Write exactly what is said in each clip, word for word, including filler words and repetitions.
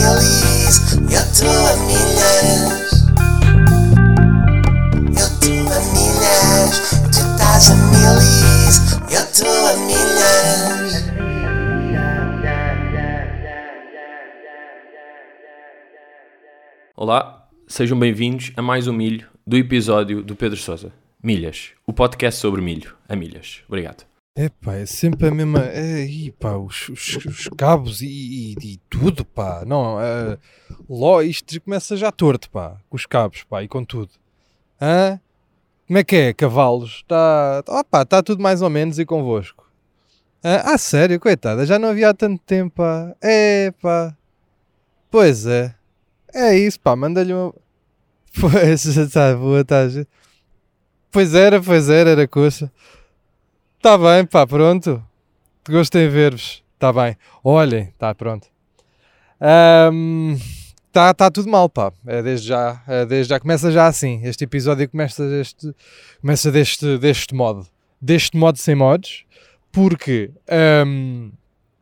milhas, eu estou a milhas. Eu estou a milhas, tu estás a milhas, eu estou a milhas. Olá, sejam bem-vindos a mais um milho do episódio do Pedro Sousa. Milhas, o podcast sobre milho, a milhas. Obrigado. Epá, é sempre a mesma. Aí, pá, os, os, os cabos e, e, e tudo, pá. Não, uh, ló, isto começa já torto, pá, com os cabos, pá, e com tudo. Hã? Como é que é, cavalos? Está, opá, está tudo mais ou menos e convosco. Hã? Ah, sério, coitada, já não havia há tanto tempo, pá. É, pá. Pois é. É isso, pá, manda-lhe uma. Pois, está boa, está. Pois era, pois era, era coxa. Está bem, pá, pronto. Gostei de ver-vos. Está bem. Olhem, está pronto. Está um, tá, tá tudo mal, pá. É, desde já, é, desde já começa já assim. Este episódio começa deste, começa deste, deste modo. Deste modo sem modos. Porque um,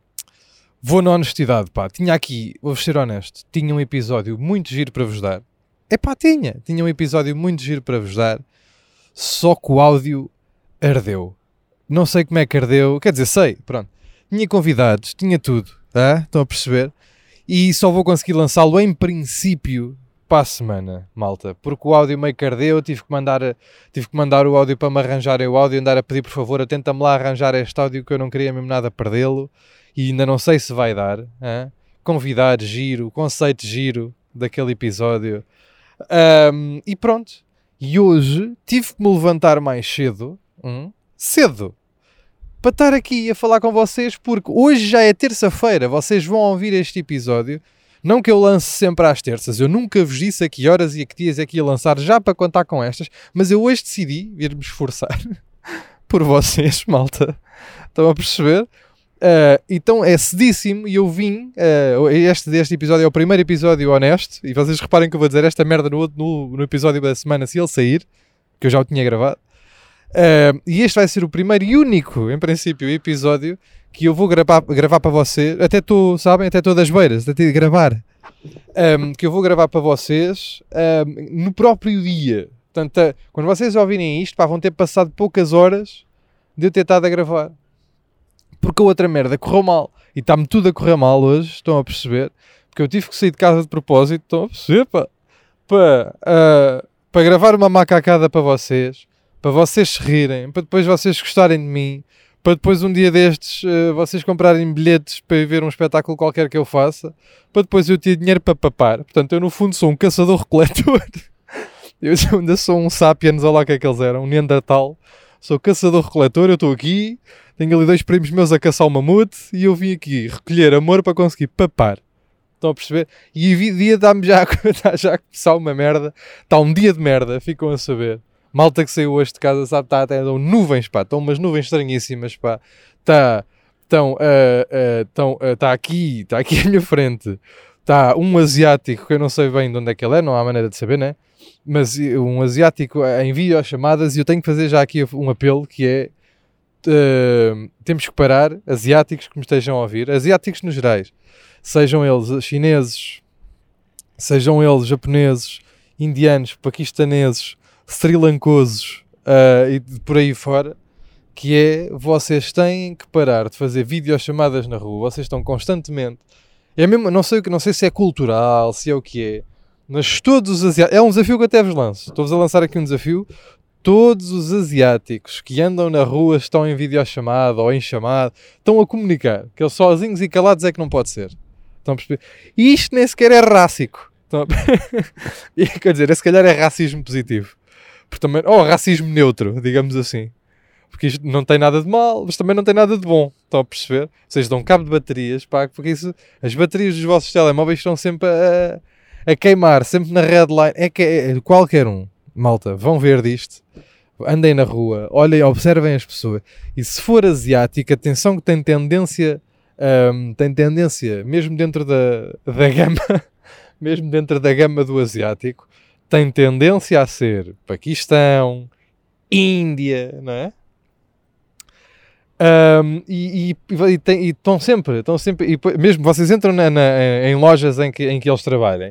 vou na honestidade, pá. Tinha aqui, vou-vos ser honesto, tinha um episódio muito giro para vos dar. É pá, tinha. Tinha um episódio muito giro para vos dar. Só que o áudio ardeu. Não sei como é que ardeu, quer dizer, sei, pronto. Tinha convidados, tinha tudo, tá? Estão a perceber? E só vou conseguir lançá-lo em princípio para a semana, malta. Porque o áudio meio que ardeu, tive que mandar, tive que mandar o áudio para me arranjarem o áudio, andar a pedir, por favor, tenta-me lá arranjar este áudio que eu não queria mesmo nada perdê-lo. E ainda não sei se vai dar. Hein? Convidado, giro, conceito giro daquele episódio. Um, e pronto. E hoje tive que me levantar mais cedo, hum, cedo, para estar aqui a falar com vocês, porque hoje já é terça-feira, vocês vão ouvir este episódio, não que eu lance sempre às terças, eu nunca vos disse a que horas e a que dias é que ia lançar já para contar com estas, mas eu hoje decidi vir-me esforçar por vocês, malta, estão a perceber? Uh, então é cedíssimo e eu vim, uh, este, este episódio é o primeiro episódio honesto, e vocês reparem que eu vou dizer esta merda no, no, no episódio da semana se ele sair, que eu já o tinha gravado. Uh, e este vai ser o primeiro e único, em princípio, episódio que eu vou gravar, gravar para vocês. Até estou, sabem, até estou das beiras, até de gravar. Um, que eu vou gravar para vocês um, no próprio dia. Portanto, uh, quando vocês ouvirem isto, pá, vão ter passado poucas horas de eu ter estado a gravar. Porque a outra merda correu mal. E está-me tudo a correr mal hoje, estão a perceber? Porque eu tive que sair de casa de propósito, estão a perceber, pá? Para, uh, para gravar uma macacada para vocês. Para vocês se rirem, para depois vocês gostarem de mim, para depois um dia destes uh, vocês comprarem bilhetes para ir ver um espetáculo qualquer que eu faça, para depois eu ter dinheiro para papar. Portanto, eu no fundo sou um caçador-recoletor. Eu ainda sou um sapiens, olha lá o que é que eles eram, um neandertal. Sou caçador-recoletor, eu estou aqui, tenho ali dois primos meus a caçar o mamute e eu vim aqui recolher amor para conseguir papar. Estão a perceber? E o dia dá-me já, já a começar uma merda. Está um dia de merda, ficam a saber. Malta que saiu hoje de casa, sabe, está até dão nuvens, pá, estão umas nuvens estranhíssimas, pá, está, estão, uh, uh, estão, uh, está aqui, está aqui à minha frente, está um asiático, que eu não sei bem de onde é que ele é, não há maneira de saber, né? Mas um asiático em videochamadas e eu tenho que fazer já aqui um apelo, que é, uh, temos que parar, asiáticos que me estejam a ouvir, asiáticos no gerais, sejam eles chineses, sejam eles japoneses, indianos, paquistaneses, sri lankosos uh, e por aí fora, que é, vocês têm que parar de fazer videochamadas na rua, vocês estão constantemente, é mesmo, não sei, não sei se é cultural, se é o que é, mas todos os asiáticos, é um desafio que eu até vos lanço, estou-vos a lançar aqui um desafio, todos os asiáticos que andam na rua estão em videochamada ou em chamada, estão a comunicar, que eles sozinhos e calados é que não pode ser, estão a perceber? E isto nem sequer é rássico, estão a... e, quer dizer, se calhar é racismo positivo. Porque também, ou racismo neutro, digamos assim. Porque isto não tem nada de mal, mas também não tem nada de bom. Estão a perceber? Vocês dão cabo de baterias, pá, porque isso, as baterias dos vossos telemóveis estão sempre a, a queimar, sempre na red line. É que é, qualquer um, malta, vão ver disto, andem na rua, olhem, observem as pessoas. E se for asiático, atenção que tem tendência, um, tem tendência, mesmo dentro da, da gama, mesmo dentro da gama do asiático, tem tendência a ser Paquistão, Índia, não é? Um, e estão sempre, estão sempre, e, mesmo vocês entram na, na, em lojas em que, em que eles trabalhem,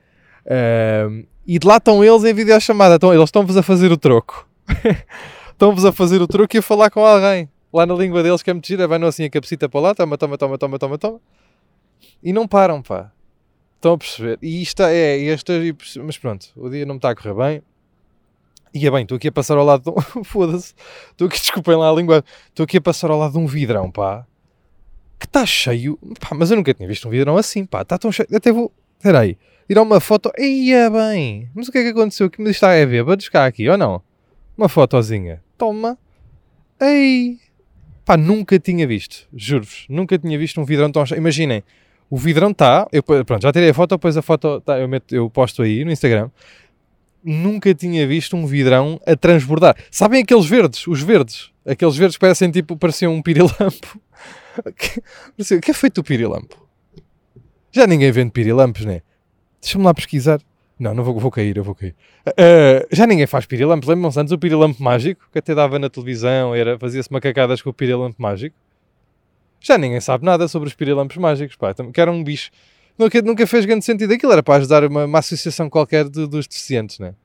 um, e de lá estão eles em videochamada, estão, eles estão-vos a fazer o troco. Estão-vos a fazer o truque e a falar com alguém. Lá na língua deles que é muito gira, vai não assim a cabecita para lá, toma, toma, toma, toma, toma, toma. E não param, pá. Estão a perceber. E isto é, este, mas pronto, o dia não me está a correr bem. E é bem, estou aqui a passar ao lado de um... Foda-se. Estou aqui, desculpem lá a língua. Estou aqui a passar ao lado de um vidrão, pá. Que está cheio. Pá, mas eu nunca tinha visto um vidrão assim, pá. Está tão cheio. Até vou... Espera aí. Tirar uma foto. Ia bem. Mas o que é que aconteceu? Que me está a ver? Vou buscar aqui, ou não? Uma fotozinha. Toma. Ei. Pá, nunca tinha visto. Juro-vos. Nunca tinha visto um vidrão tão cheio. Imaginem. O vidrão está... Pronto, já tirei a foto. Depois a foto... Tá, eu, meto, eu posto aí no Instagram. Nunca tinha visto um vidrão a transbordar. Sabem aqueles verdes? Os verdes. Aqueles verdes que parecem tipo... Pareciam um pirilampo. O que é feito o pirilampo? Já ninguém vende pirilampos, né? Deixa-me lá pesquisar. Não, não vou, vou cair, eu vou cair. Uh, já ninguém faz pirilampos. Lembram-se antes o pirilampo mágico, que até dava na televisão, era, fazia-se macacadas com o pirilampo mágico. Já ninguém sabe nada sobre os pirilampos mágicos, pá. Que era um bicho. Nunca, nunca fez grande sentido. Aquilo era para ajudar uma, uma associação qualquer de, dos deficientes, né?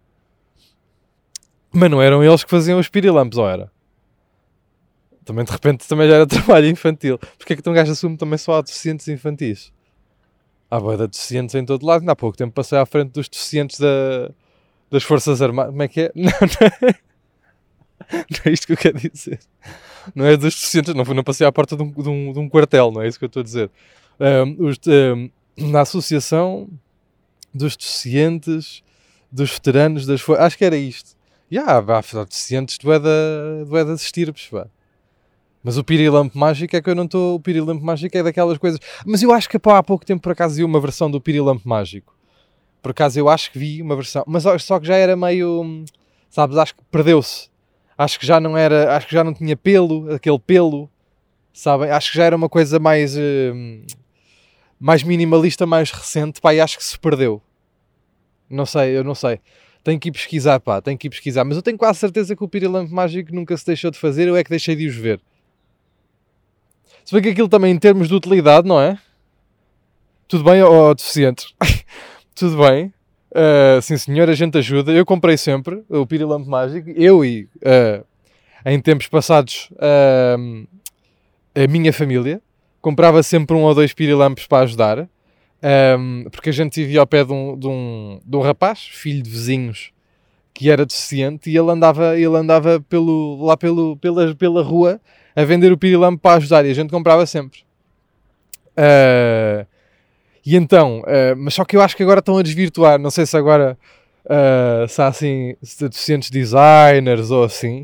Mas não eram eles que faziam os pirilampos, ou era? Também, de repente, também já era trabalho infantil. Porque é que um gajo assume também só há deficientes infantis? Há boia de deficientes em todo lado. Ainda há pouco tempo passei à frente dos deficientes da, das Forças Armadas. Como é que é? Não, não é, não é isto que eu quero dizer. Não é dos deficientes. Não, não passei à porta de um, de, um, de um quartel, não é isso que eu estou a dizer. Um, os, um, na Associação dos Deficientes, dos Veteranos das Forças... Acho que era isto. E há, há deficientes do é das estirpes, pá. Mas o pirilampo mágico é que eu não estou... O pirilampo mágico é daquelas coisas... Mas eu acho que pá, há pouco tempo por acaso vi uma versão do pirilampo mágico. Por acaso eu acho que vi uma versão... Mas só que já era meio... Sabes, acho que perdeu-se. Acho que já não era... Acho que já não tinha pelo, aquele pelo. Sabem? Acho que já era uma coisa mais... Uh, mais minimalista, mais recente. Pá, e acho que se perdeu. Não sei, eu não sei. Tenho que ir pesquisar, pá. Tenho que ir pesquisar. Mas eu tenho quase certeza que o pirilampo mágico nunca se deixou de fazer. Eu é que deixei de os ver. Se bem que aquilo também em termos de utilidade, não é? Tudo bem, ó oh, deficientes? Tudo bem. Uh, sim senhor, a gente ajuda. Eu comprei sempre o pirilampo mágico. Eu e, uh, em tempos passados, uh, a minha família comprava sempre um ou dois pirilampos para ajudar. Um, porque a gente vivia ao pé de um, de, um, de um rapaz, filho de vizinhos, que era deficiente, e ele andava, ele andava pelo, lá pelo, pela, pela rua a vender o pirilampo para ajudar, e a gente comprava sempre. Uh, e então, uh, mas só que eu acho que agora estão a desvirtuar, não sei se agora uh, se há assim, se deficientes designers ou assim,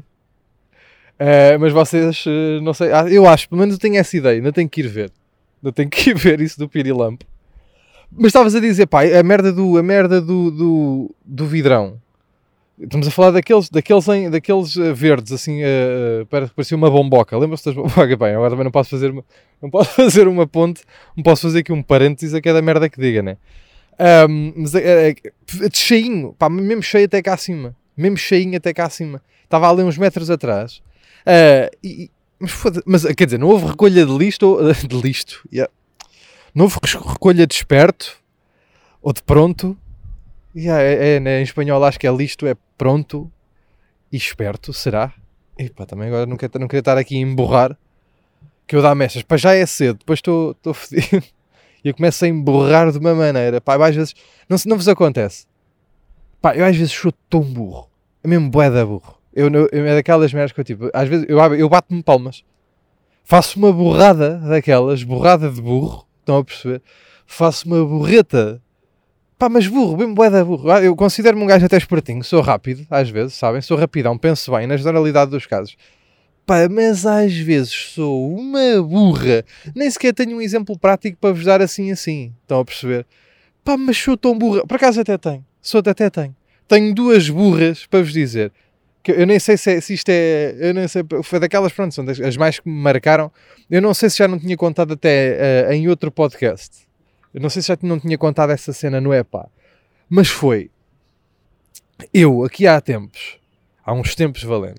uh, mas vocês, uh, não sei, eu acho, pelo menos eu tenho essa ideia, ainda tenho que ir ver, ainda tenho que ir ver isso do pirilampo. Mas estavas a dizer, pá, a merda do, a merda do, do, do vidrão. Estamos a falar daqueles, daqueles, em, daqueles verdes, assim, uh, uh, parecia uma bomboca. Lembra-se das bombocas? Bem, agora também não posso fazer uma, não posso fazer uma ponte, não posso fazer aqui um parênteses a cada merda que diga, né? Um, mas é, é, é cheinho, pá, mesmo cheio até cá acima. Mesmo cheinho até cá acima. Estava ali uns metros atrás. Uh, e, mas, mas, quer dizer, não houve recolha de listo, de listo, yeah. Não houve recolha de esperto ou de pronto. Yeah, é, é, né? Em espanhol acho que é listo, é pronto e esperto, será? E pá, também agora não queria, não queria estar aqui a emborrar, que eu dá mechas. Pá, já é cedo, depois estou fedido e eu começo a emborrar de uma maneira. Pá, eu às vezes, não, não vos acontece? Pá, eu às vezes sou tão burro, é mesmo bué da burro. Eu, eu, é daquelas merdas que eu tipo, às vezes eu, eu bato-me palmas, faço uma borrada daquelas, borrada de burro. Estão a perceber? Faço uma burreta. Pá, mas burro, bem bué da burro. Eu considero-me um gajo até espertinho. Sou rápido, às vezes, sabem? Sou rapidão, penso bem, na generalidade dos casos. Pá, mas às vezes sou uma burra. Nem sequer tenho um exemplo prático para vos dar assim assim. Estão a perceber? Pá, mas sou tão burra. Por acaso até tenho. Sou até tenho. Tenho duas burras para vos dizer. Que eu nem sei se, é, se isto é... Eu nem sei... Foi daquelas, pronto, são das, as mais que me marcaram. Eu não sei se já não tinha contado até uh, em outro podcast. Eu não sei se já não tinha contado essa cena no Epá. Mas foi... Eu, aqui há tempos, há uns tempos valentes,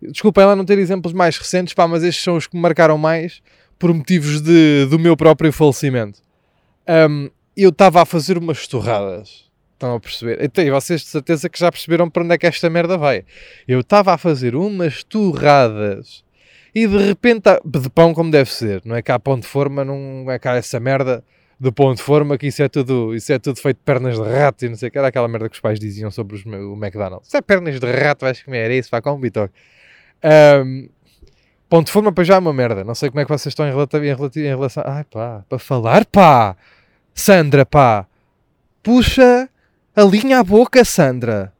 Desculpem lá não ter exemplos mais recentes, pá, mas estes são os que me marcaram mais por motivos de, do meu próprio falecimento. Um, eu estava a fazer umas torradas. Estão a perceber? Então, e vocês de certeza que já perceberam para onde é que esta merda vai. Eu estava a fazer umas torradas e de repente, de pão como deve ser, não é cá pão de forma, não é cá essa merda de pão de forma, que isso é tudo, isso é tudo feito de pernas de rato e não sei o que, era aquela merda que os pais diziam sobre os, o McDonald's. Se é pernas de rato vais comer, é isso, vai com um bitoque. Um, pão de forma para já é uma merda, não sei como é que vocês estão em, relativo, em, relativo, em relação... Ai pá, para falar pá, Sandra pá, puxa a linha à boca, Sandra.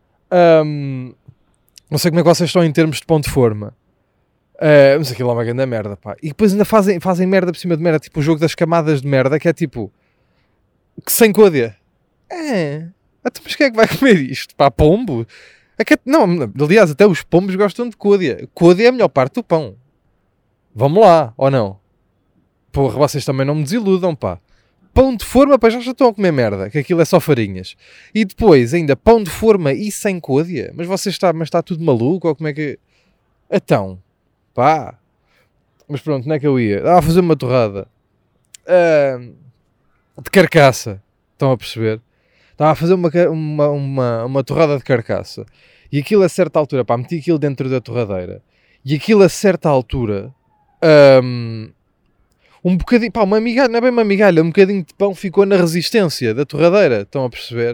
Um, não sei como é que vocês estão em termos de pão de forma. Uh, mas aquilo é uma grande merda, pá. E depois ainda fazem, fazem merda por cima de merda, tipo o jogo das camadas de merda, que é tipo, que sem côdea. É, até, mas quem é que vai comer isto? Pá, pombo? É que, não, aliás, até os pombos gostam de côdea. Côdea é a melhor parte do pão. Vamos lá, ou não? Porra, vocês também não me desiludam, pá. Pão de forma, pá, já estão a comer merda, que aquilo é só farinhas. E depois, ainda, pão de forma e sem côdea? Mas vocês está, mas está tudo maluco, ou como é que... Então... Pá, mas pronto, não é que eu ia? Estava a fazer uma torrada uh, de carcaça, estão a perceber? Estava a fazer uma, uma, uma, uma torrada de carcaça e aquilo a certa altura, pá, meti aquilo dentro da torradeira e aquilo a certa altura, um, um bocadinho, pá, uma migalha, não é bem uma migalha, um bocadinho de pão ficou na resistência da torradeira, estão a perceber?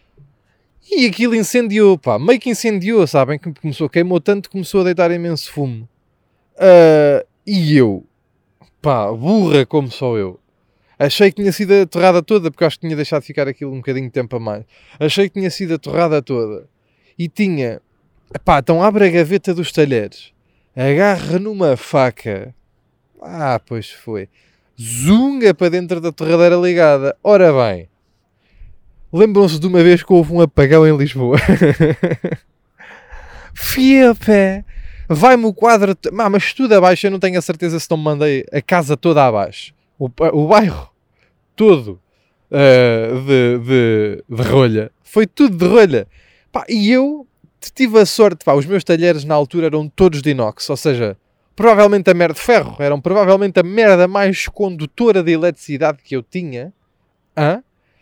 E aquilo incendiou, pá, meio que incendiou, sabem? Que começou, queimou tanto, começou a deitar imenso fumo. Uh, e eu, pá, burra como sou eu, achei que tinha sido a torrada toda, porque acho que tinha deixado de ficar aquilo um bocadinho de tempo a mais. Achei que tinha sido a torrada toda e tinha, pá, então abre a gaveta dos talheres, agarra numa faca, ah, pois foi, zunga para dentro da torradeira ligada. Ora bem, lembram-se de uma vez que houve um apagão em Lisboa? Fia pé. Vai-me o quadro... T- ah, mas tudo abaixo, eu não tenho a certeza se não me mandei a casa toda abaixo. O, o bairro todo uh, de, de, de rolha. Foi tudo de rolha. Pá, e eu tive a sorte... Pá, os meus talheres na altura eram todos de inox. Ou seja, provavelmente a merda de ferro. Eram provavelmente a merda mais condutora de eletricidade que eu tinha. Hã?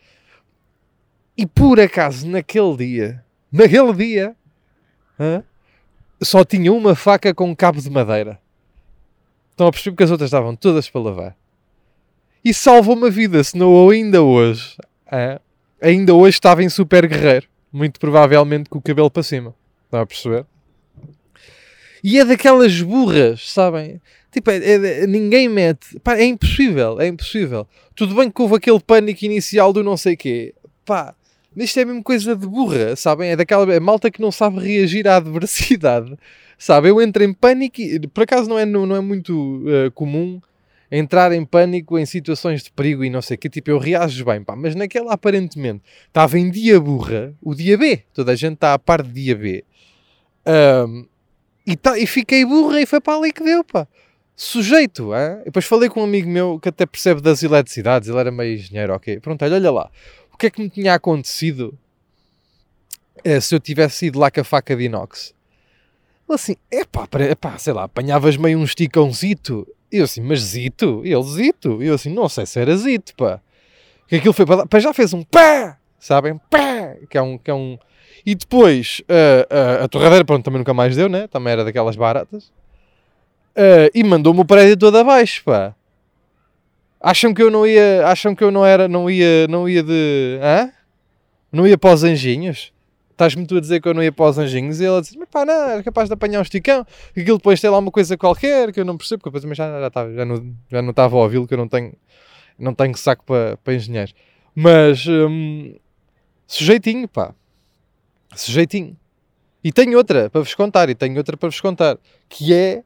E por acaso, naquele dia... Naquele dia... Hã? Só tinha uma faca com um cabo de madeira. Estão a perceber que as outras estavam todas para lavar. E salvou-me a vida, senão eu ainda hoje, é, ainda hoje estava em super guerreiro. Muito provavelmente com o cabelo para cima. Estão a perceber? E é daquelas burras, sabem? Tipo, é, é, ninguém mete... Pá, é impossível, é impossível. Tudo bem que houve aquele pânico inicial do não sei quê. Pá... Isto é mesmo coisa de burra, sabem? É daquela é malta que não sabe reagir à adversidade, sabe? Eu entro em pânico e, por acaso não é, não, não é muito uh, comum entrar em pânico em situações de perigo e não sei o que, tipo, eu reajo bem, pá, mas naquela aparentemente estava em dia burra, o dia B, toda a gente está a par de dia B, um, e, tá, e fiquei burra e foi para ali que deu, pá. Sujeito, hein? Depois falei com um amigo meu que até percebe das eletricidades, ele era meio engenheiro, ok, pronto, olha, olha lá. O que é que me tinha acontecido é, se eu tivesse ido lá com a faca de inox? Ele assim, epá, epá, sei lá, apanhavas meio um esticãozito. E eu assim, mas zito? E ele, zito? E eu assim, não sei se era zito, pá. Que aquilo foi para lá, já fez um pá, sabem? Pá, que é um... Que é um... E depois, uh, uh, a torradeira, pronto, também nunca mais deu, né? Também era daquelas baratas. Uh, e mandou-me o prédio todo abaixo, pá. Acham que eu não ia, acham que eu não era, não ia, não ia de, hã? Não ia para os anjinhos? Estás-me tu a dizer que eu não ia para os anjinhos? E ele disse, mas pá, não, era capaz de apanhar um esticão, que aquilo depois tem lá uma coisa qualquer, que eu não percebo, porque depois já, já, estava, já, não, já não estava a ouvi-lo, que eu não tenho, não tenho saco para, para engenheiros. Mas, hum, sujeitinho, pá. Sujeitinho. E tenho outra para vos contar, e tenho outra para vos contar, que é,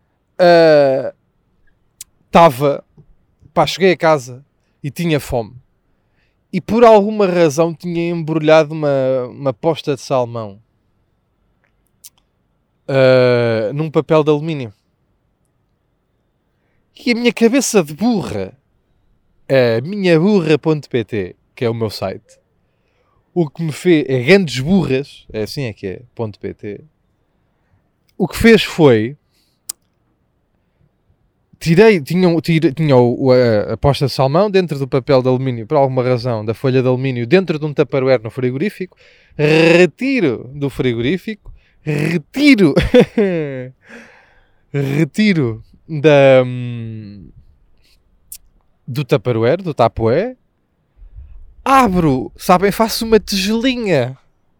estava... Uh, Pá, cheguei a casa e tinha fome. E por alguma razão tinha embrulhado uma, uma posta de salmão uh, num papel de alumínio. E a minha cabeça de burra, a minha burra ponto pt, que é o meu site, o que me fez, é grandes burras, é assim é que é, ponto .pt, o que fez foi... Tirei, tinha, tirei, tinha o, a, a posta de salmão dentro do papel de alumínio, por alguma razão, da folha de alumínio, dentro de um tupperware no frigorífico, retiro do frigorífico, retiro, retiro da, do tupperware, do tapoé, abro, sabem, faço uma tigelinha,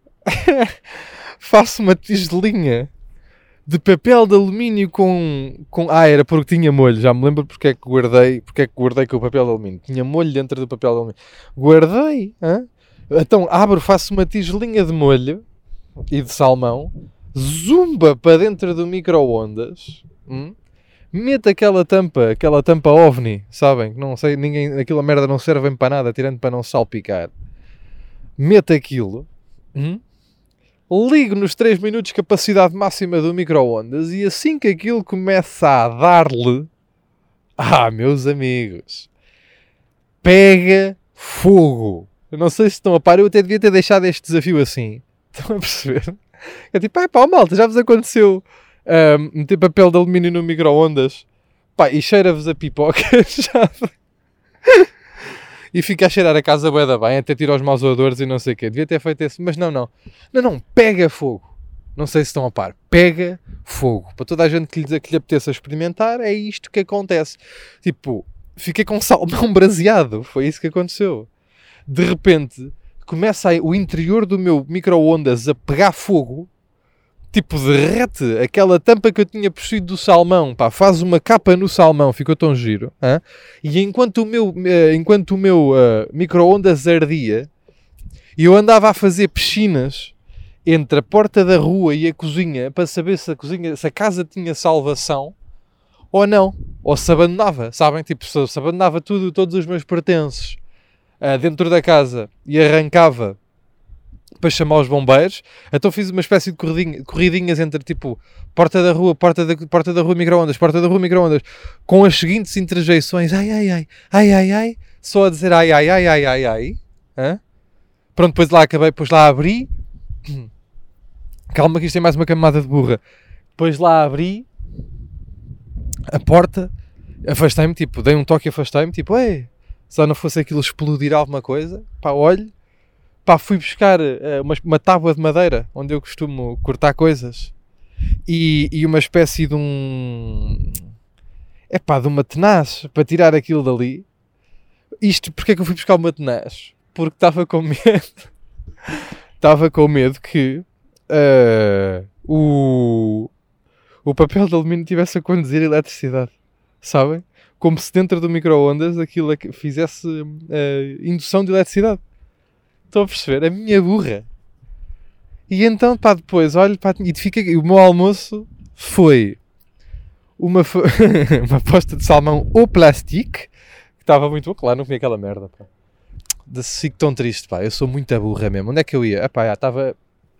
faço uma tigelinha de papel de alumínio com, com... Ah, era porque tinha molho. Já me lembro porque é que guardei, porque é que guardei com o papel de alumínio. Tinha molho dentro do papel de alumínio. Guardei. Hã? Então abro, faço uma tigelinha de molho e de salmão. Zumba para dentro do micro-ondas. Hum? Meto aquela tampa, aquela tampa ovni. Sabem? Não sei, ninguém... Aquela merda não serve para nada, tirando para não salpicar. Meto aquilo. Hum? Ligo nos três minutos capacidade máxima do micro-ondas e assim que aquilo começa a dar-lhe, ah, meus amigos, pega fogo. Eu não sei se estão a par, eu até devia ter deixado este desafio assim. Estão a perceber? É tipo, ai pá, malta, já vos aconteceu um, meter papel de alumínio no micro-ondas, pá, e cheira-vos a pipoca, já... E fica a cheirar a casa bué da bem, até tira os maus odores e não sei o quê. Devia ter feito esse, mas não, não. Não, não, pega fogo. Não sei se estão a par. Pega fogo. Para toda a gente que lhe, que lhe apeteça experimentar, é isto que acontece. Tipo, fiquei com salmão braseado. Foi isso que aconteceu. De repente, começa a, o interior do meu micro-ondas a pegar fogo. Tipo, derrete aquela tampa que eu tinha possuído do salmão, pá, faz uma capa no salmão, ficou tão giro, hein? E enquanto o meu, uh, enquanto o meu uh, micro-ondas ardia, e eu andava a fazer piscinas entre a porta da rua e a cozinha, para saber se a cozinha, se a casa tinha salvação, ou não, ou se abandonava, sabem? Tipo, se, se abandonava tudo, todos os meus pertences uh, dentro da casa, e arrancava para chamar os bombeiros, então fiz uma espécie de corridinha, corridinhas entre tipo porta da rua, porta da, porta da rua micro-ondas, porta da rua micro-ondas, com as seguintes interjeições, ai ai ai, ai ai ai, só a dizer ai ai ai ai ai ai, hã? Pronto, depois lá acabei, depois lá abri, calma que isto é mais uma camada de burra, depois lá abri a porta, afastei-me, tipo, dei um toque e afastei-me, tipo, ei, só não fosse aquilo explodir alguma coisa, pá, olho, pá, fui buscar uh, uma, uma tábua de madeira onde eu costumo cortar coisas e, e uma espécie de um... É pá, de uma tenaz para tirar aquilo dali. Isto, porque é que eu fui buscar uma tenaz? Porque estava com medo. Estava com medo que uh, o, o papel de alumínio tivesse a conduzir eletricidade. Sabem? Como se dentro do micro-ondas aquilo fizesse uh, indução de eletricidade. Estão a perceber? A minha burra. E então, pá, depois, olha, pá, e fica, o meu almoço foi uma, uma posta de salmão au plastique, que estava muito bom, claro, não comi aquela merda, pá. Fico tão triste, pá, eu sou muito burra mesmo. Onde é que eu ia? Ah, pá, já estava...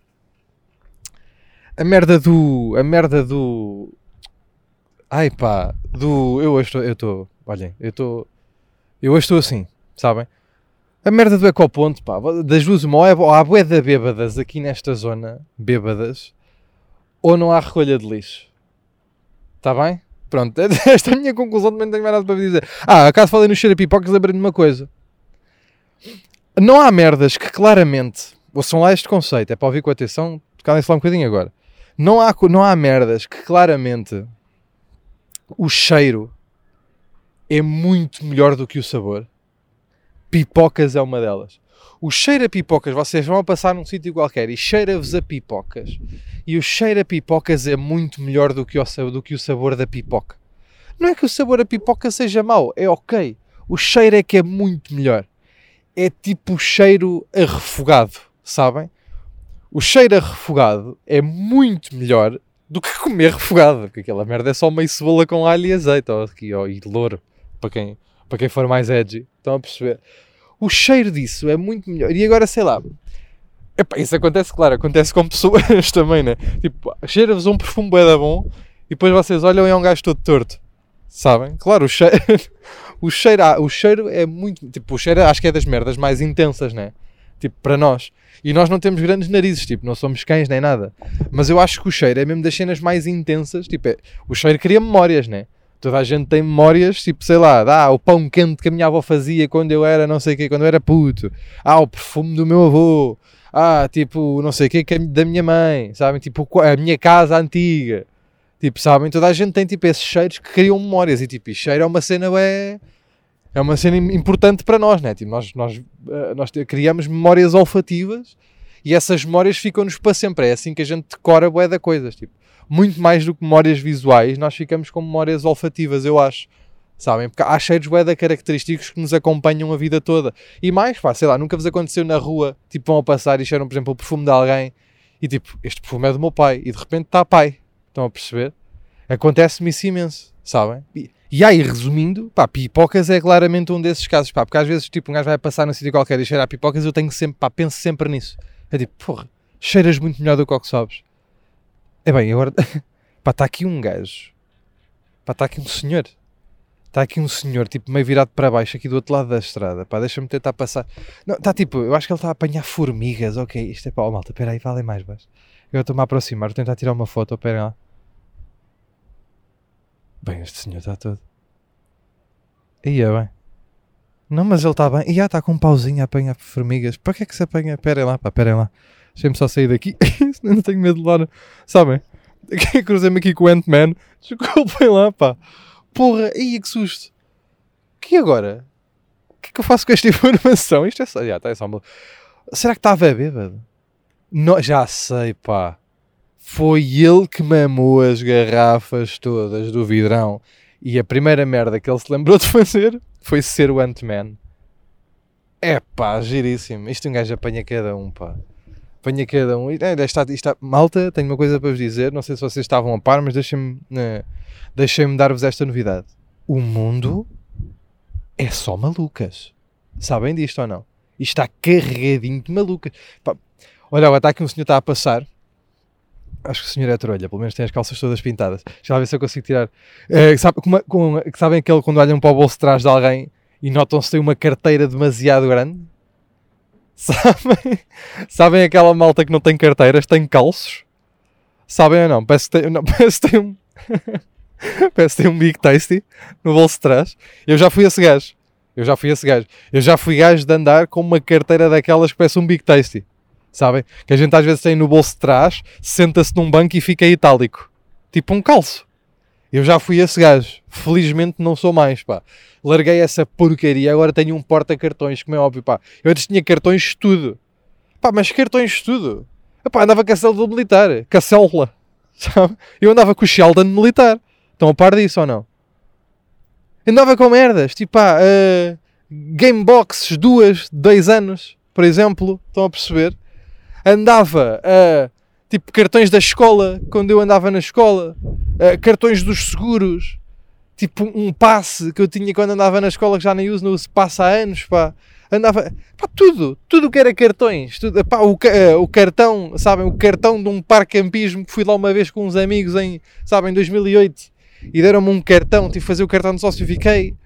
A merda do... A merda do... Ai, pá, do... Eu hoje estou... Eu estou... Olhem, eu estou... Eu hoje estou assim, sabem? A merda do ecoponto, pá, das duas uma, ou há bué de bêbadas aqui nesta zona, bêbadas, ou não há recolha de lixo. Está bem? Pronto, esta é a minha conclusão, também não tenho mais nada para dizer. Ah, acaso falei no cheiro a pipocas, lembrei-me de uma coisa. Não há merdas que claramente, ouçam lá este conceito, é para ouvir com atenção, calem-se lá um bocadinho agora. Não há, não há merdas que claramente o cheiro é muito melhor do que o sabor. Pipocas é uma delas. O cheiro a pipocas, vocês vão a passar num sítio qualquer e cheira-vos a pipocas. E o cheiro a pipocas é muito melhor do que, o, do que o sabor da pipoca. Não é que o sabor a pipoca seja mau, é ok. O cheiro é que é muito melhor. É tipo o cheiro a refogado, sabem? O cheiro a refogado é muito melhor do que comer refogado. Porque aquela merda é só meio cebola com alho e azeite. Ou, aqui, ou, e louro, para quem, para quem for mais edgy. Estão a perceber? O cheiro disso é muito melhor. E agora, sei lá, epá, isso acontece, claro, acontece com pessoas também, né? Tipo, cheira-vos um perfume bué da bom e depois vocês olham e é um gajo todo torto. Sabem? Claro, o cheiro, o cheiro, o cheiro é muito... Tipo, o cheiro acho que é das merdas mais intensas, né? tipo, para nós. E nós não temos grandes narizes, tipo, não somos cães nem nada. Mas eu acho que o cheiro é mesmo das cenas mais intensas, tipo, é, o cheiro cria memórias, né? Toda a gente tem memórias, tipo, sei lá, ah, o pão quente que a minha avó fazia quando eu era, não sei o quê, quando eu era puto. Ah, o perfume do meu avô. Ah, tipo, não sei o quê, da minha mãe, sabem? Tipo, a minha casa antiga. Tipo, sabem? Toda a gente tem, tipo, esses cheiros que criam memórias. E, tipo, e cheiro é uma cena, é... É uma cena importante para nós, né? Tipo, nós, nós, nós criamos memórias olfativas e essas memórias ficam-nos para sempre. É assim que a gente decora bué de coisas. Tipo, muito mais do que memórias visuais, nós ficamos com memórias olfativas, eu acho. Sabem? Porque há cheiros bué de característicos que nos acompanham a vida toda. E mais, pá, sei lá, nunca vos aconteceu na rua, tipo, vão a passar e cheiram, por exemplo, o perfume de alguém e tipo, este perfume é do meu pai e de repente está pai. Estão a perceber? Acontece-me isso imenso, sabem? E, E aí, resumindo, pá, pipocas é claramente um desses casos, pá, porque às vezes, tipo, um gajo vai passar num sítio qualquer e cheirar pipocas, eu tenho sempre, pá, penso sempre nisso. É tipo, porra, cheiras muito melhor do que o que sabes. É bem, agora, pá, está aqui um gajo, pá, está aqui um senhor, está aqui um senhor, tipo, meio virado para baixo, aqui do outro lado da estrada, pá, deixa-me tentar passar. Não, está tipo, eu acho que ele está a apanhar formigas, ok, isto é pá, oh, malta, espera aí, vale mais baixo. Eu estou-me a aproximar, vou tentar tirar uma foto, espera lá. Bem, este senhor está todo. Ia bem. Não, mas ele está bem. Ia, está com um pauzinho a apanhar formigas. Para que é que se apanha? Esperem lá, pá, esperem lá. Deixem-me só sair daqui. Não tenho medo de lá. Sabem? Cruzei-me aqui com o Ant-Man. Desculpem lá, pá. Porra, ia que susto. Que agora? O que é que eu faço com esta informação? Isto é só... Já, tá, é só uma... Será que estava bêbado? Não, já sei, pá. Foi ele que mamou as garrafas todas do vidrão e a primeira merda que ele se lembrou de fazer foi ser o Ant-Man. É pá, giríssimo. Isto um gajo apanha cada um, pá. Apanha cada um. Isto está, isto está... Malta, tenho uma coisa para vos dizer. Não sei se vocês estavam a par, mas deixem-me né, deixem-me dar-vos esta novidade. O mundo é só malucas. Sabem disto ou não? Isto está carregadinho de malucas. Pá, olha, agora está aqui um senhor que está a passar. Acho que o senhor é trolha, pelo menos tem as calças todas pintadas. Deixa lá ver se eu consigo tirar. É, sabe, com, com, sabem aquele quando olham para o bolso de trás de alguém e notam se tem uma carteira demasiado grande? Sabem? Sabem aquela malta que não tem carteiras, tem calços? Sabem ou não? Parece que tem, não, parece que tem um... parece que tem um Big Tasty no bolso de trás. Eu já fui esse gajo. Eu já fui esse gajo. Eu já fui gajo de andar com uma carteira daquelas que parece um Big Tasty. Sabem? Que a gente às vezes tem no bolso de trás, senta-se num banco e fica itálico. Tipo um calço. Eu já fui esse gajo. Felizmente não sou mais, pá. Larguei essa porcaria, agora tenho um porta-cartões, como é óbvio, pá. Eu antes tinha cartões de tudo. Pá, mas cartões de tudo. Epá, andava com a célula militar. Com a célula. Sabe? Eu andava com o Sheldon militar. Estão a par disso ou não? Andava com merdas. Tipo, pá, uh, Gameboxes, duas, dois anos, por exemplo. Estão a perceber? Andava a, uh, tipo, cartões da escola, quando eu andava na escola, uh, cartões dos seguros, tipo, um passe que eu tinha quando andava na escola, que já nem uso, não uso passe há anos, pá. Andava, pá, tudo, tudo que era cartões, tudo, pá, o, uh, o cartão, sabem, o cartão de um parque campismo que fui lá uma vez com uns amigos em, sabem, em dois mil e oito, e deram-me um cartão, tive que fazer o cartão de sócio e fiquei...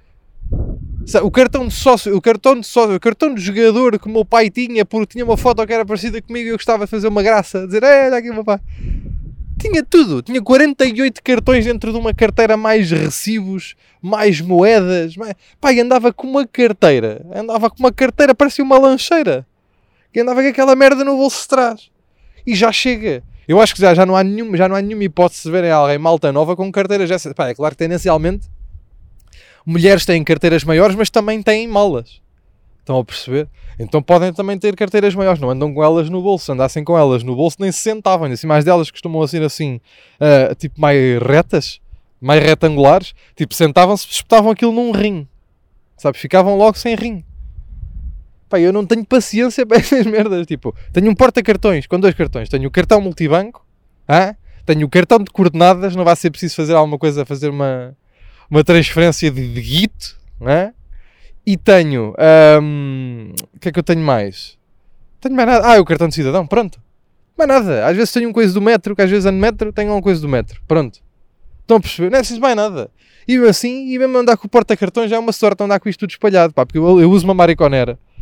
O cartão de sócio, o cartão de sócio, o cartão de jogador que o meu pai tinha, porque tinha uma foto que era parecida comigo e eu gostava de fazer uma graça, dizer, é, olha aqui o meu pai. Tinha tudo, tinha quarenta e oito cartões dentro de uma carteira, mais recibos, mais moedas, mais... Pai, andava com uma carteira, andava com uma carteira, parecia uma lancheira, que andava com aquela merda no bolso de trás. E já chega. Eu acho que já, já, não há nenhum, já não há nenhuma hipótese de verem alguém malta nova com carteiras dessas. Pá, é claro que tendencialmente mulheres têm carteiras maiores, mas também têm malas. Estão a perceber? Então podem também ter carteiras maiores. Não andam com elas no bolso. Se andassem com elas no bolso, nem se sentavam. Assim, mais delas costumam ser assim, uh, tipo mais retas, mais retangulares. Tipo, sentavam-se, espetavam aquilo num rim. Sabes? Ficavam logo sem rim. Pá, eu não tenho paciência para essas merdas. Tipo, tenho um porta-cartões com dois cartões. Tenho o cartão multibanco. Ah? Tenho o cartão de coordenadas. Não vai ser preciso fazer alguma coisa, fazer uma... uma transferência de, de guito, não é? E tenho, um, o que é que eu tenho mais? Tenho mais nada, ah, o cartão de cidadão, pronto. Mais nada, às vezes tenho uma coisa do metro, que às vezes ando no metro, tenho uma coisa do metro, pronto. Estão a perceber? Não é preciso mais nada. E mesmo assim, e mesmo andar com o porta-cartões já é uma sorte andar com isto tudo espalhado, pá, porque eu, eu uso uma mariconera.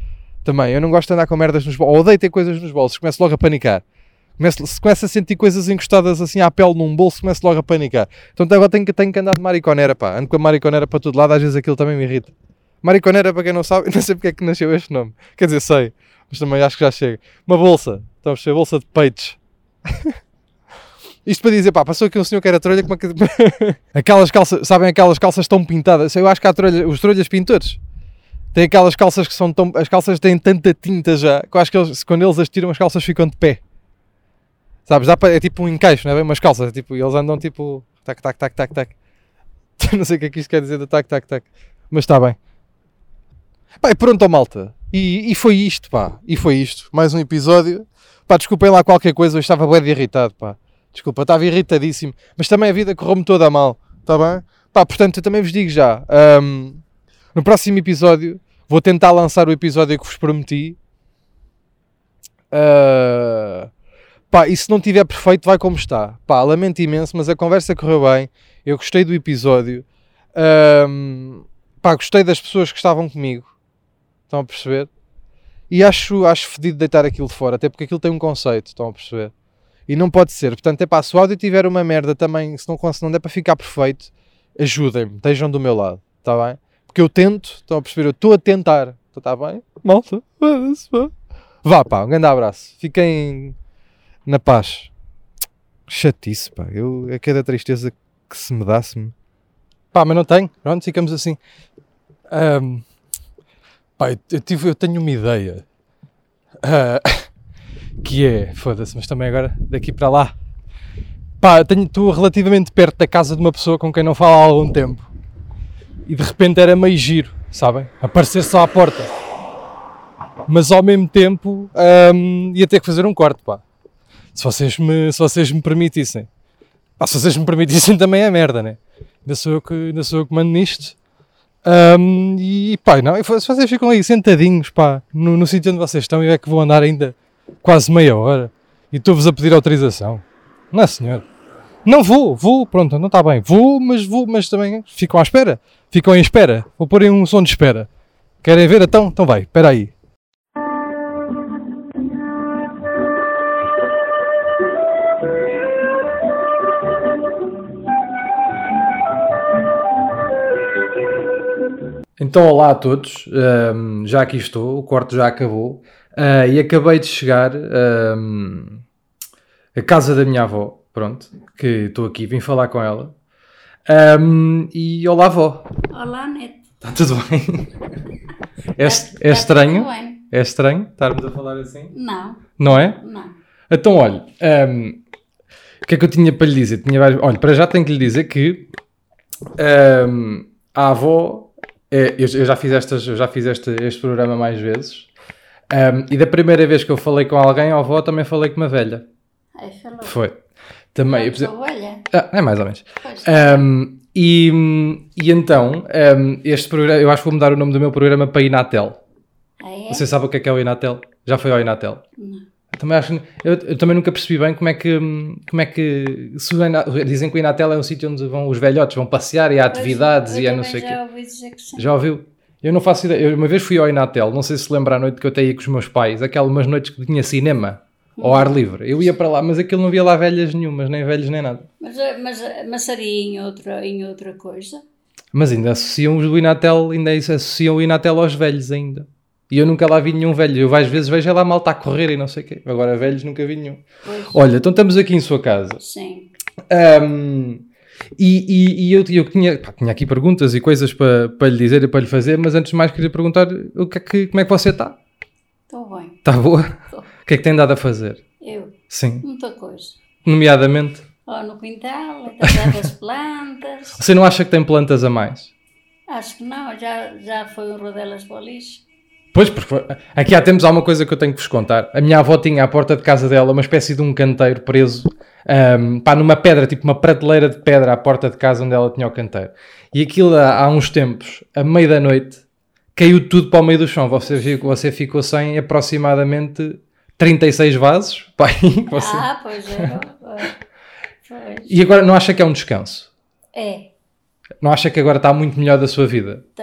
Também, eu não gosto de andar com merdas nos bolsos. Ou odeio ter coisas nos bolsos, começo logo a panicar. Começo, se começo a sentir coisas encostadas assim à pele num bolso, começo logo a panicar. Então agora tenho que, tenho que andar de mariconera, pá. Ando com a mariconera para todo lado, às vezes aquilo também me irrita. Mariconera, para quem não sabe, não sei porque é que nasceu este nome. Quer dizer, sei, mas também acho que já chega. Uma bolsa, estamos a ver, bolsa de peitos. Isto para dizer, pá, passou aqui um senhor que era trolha, como é que... aquelas calças, sabem aquelas calças tão pintadas? Eu acho que há trolha, os trolhas pintores. Tem aquelas calças que são tão... As calças têm tanta tinta já, que eu acho que eles, quando eles as tiram, as calças ficam de pé. Sabes, dá para, é tipo um encaixo, não é bem umas calças, é tipo, eles andam tipo... Tac, tac, tac, tac, tac. Não sei o que é que isto quer dizer do tac, tac, tac. Mas está bem. Pá, e pronto, ó, malta. E, e foi isto, pá. E foi isto. Mais um episódio. Pá, desculpem lá qualquer coisa, eu estava bem irritado, pá. Desculpa, estava irritadíssimo. Mas também a vida correu-me toda a mal, está bem? Pá, portanto, eu também vos digo já. Um, no próximo episódio, vou tentar lançar o episódio que vos prometi. Uh, pá, e se não estiver perfeito, vai como está. Pá, lamento imenso, mas a conversa correu bem. Eu gostei do episódio. Um, pá, gostei das pessoas que estavam comigo. Estão a perceber? E acho, acho fedido deitar aquilo de fora, até porque aquilo tem um conceito, estão a perceber? E não pode ser. Portanto, é pá, se o áudio tiver uma merda também, se não, se não der para ficar perfeito, ajudem-me, estejam do meu lado, está bem? Porque eu tento, estão a perceber? Eu estou a tentar, está bem? Malta, vá pá, um grande abraço, fiquem na paz. Chatice, pá, eu, é cada tristeza que se me dá-se-me. Pá, mas não tenho, pronto, ficamos assim. Um, pá, eu, eu, tive, eu tenho uma ideia. Uh, que é, foda-se, mas também agora daqui para lá. Pá, estou relativamente perto da casa de uma pessoa com quem não falo há algum tempo. E de repente era meio giro, sabem? Aparecer só à porta. Mas ao mesmo tempo um, ia ter que fazer um corte, pá. Se vocês me, se vocês me permitissem. Pá, se vocês me permitissem também é merda, né? Ainda sou eu que, ainda sou eu que mando nisto. Um, e pá, não, se vocês ficam aí sentadinhos, pá, no, no sítio onde vocês estão, eu é que vou andar ainda quase meia hora e estou-vos a pedir autorização. Não é, senhor? Não vou, vou, pronto, não está bem. Vou, mas vou, mas também ficam à espera. Ficam em espera. Vou pôr em um som de espera. Querem ver? Então, então vai, espera aí. Então, olá a todos. Um, já aqui estou, o corte já acabou. Uh, e acabei de chegar um, à casa da minha avó, pronto, que estou aqui, vim falar com ela. Um, e olá, avó. Olá, Neto. Está tudo bem? É, é Tá estranho? tudo bem. É estranho estarmos a falar assim? Não, Não é? não. Então, olha, um, o que é que eu tinha para lhe dizer? Tinha vários... Olha, para já tenho que lhe dizer que um, a avó, é, eu, eu já fiz, estas, eu já fiz este, este programa mais vezes. Um, e da primeira vez que eu falei com alguém, a avó, também falei com uma velha. Aí falou. Foi. Também. Eu, Sou velha. ah, é mais ou menos. Pois. Um, e, e então, um, este programa, eu acho que vou mudar o nome do meu programa para Inatel. Ah, é? Você sabe o que é que é o Inatel? Já foi ao Inatel? Não. Eu também, acho, eu, eu também nunca percebi bem como é que, como é que se o Ina- dizem que o Inatel é um sítio onde vão, os velhotes vão passear e há atividades Pois, e há eu não também sei o quê. já ouvi dizer que sim. Já ouviu? Eu não faço ideia. Eu uma vez fui ao Inatel, não sei se lembra a noite que eu até ia com os meus pais, aquelas umas noites que tinha cinema, ao ar livre. Eu ia para lá, mas aquilo não havia lá velhas nenhumas, nem velhos nem nada. Mas, mas, mas seria em outra, em outra coisa? Mas ainda associam o Inatel, ainda associam o Inatel aos velhos ainda. E eu nunca lá vi nenhum velho. Eu às vezes vejo lá malta a correr e não sei o quê. Agora velhos nunca vi nenhum. Pois. Olha, então estamos aqui em sua casa. Sim. Um, e, e, e eu, eu tinha, pá, tinha aqui perguntas e coisas para, para lhe dizer e para lhe fazer, mas antes de mais queria perguntar o que é que, como é que você está? Estou bem. Está boa? Estou. O que é que tem dado a fazer? Eu? Sim. Muita coisa. Nomeadamente, Ó no quintal, a tratar das plantas. você não acha que tem plantas a mais? Acho que não, já, já foi um rodelas para o lixo. Pois, porque foi- aqui há tempos há uma coisa que eu tenho que vos contar. A minha avó tinha à porta de casa dela uma espécie de um canteiro preso, um, pá, numa pedra, tipo uma prateleira de pedra à porta de casa onde ela tinha o canteiro. E aquilo há, há uns tempos, a meio da noite, caiu tudo para o meio do chão. Você, ficou- você ficou sem aproximadamente trinta e seis vasos. Pá, e você- Ah, pois é. Pois. E agora não acha que é um descanso? É, Não acha que agora está muito melhor da sua vida? estou.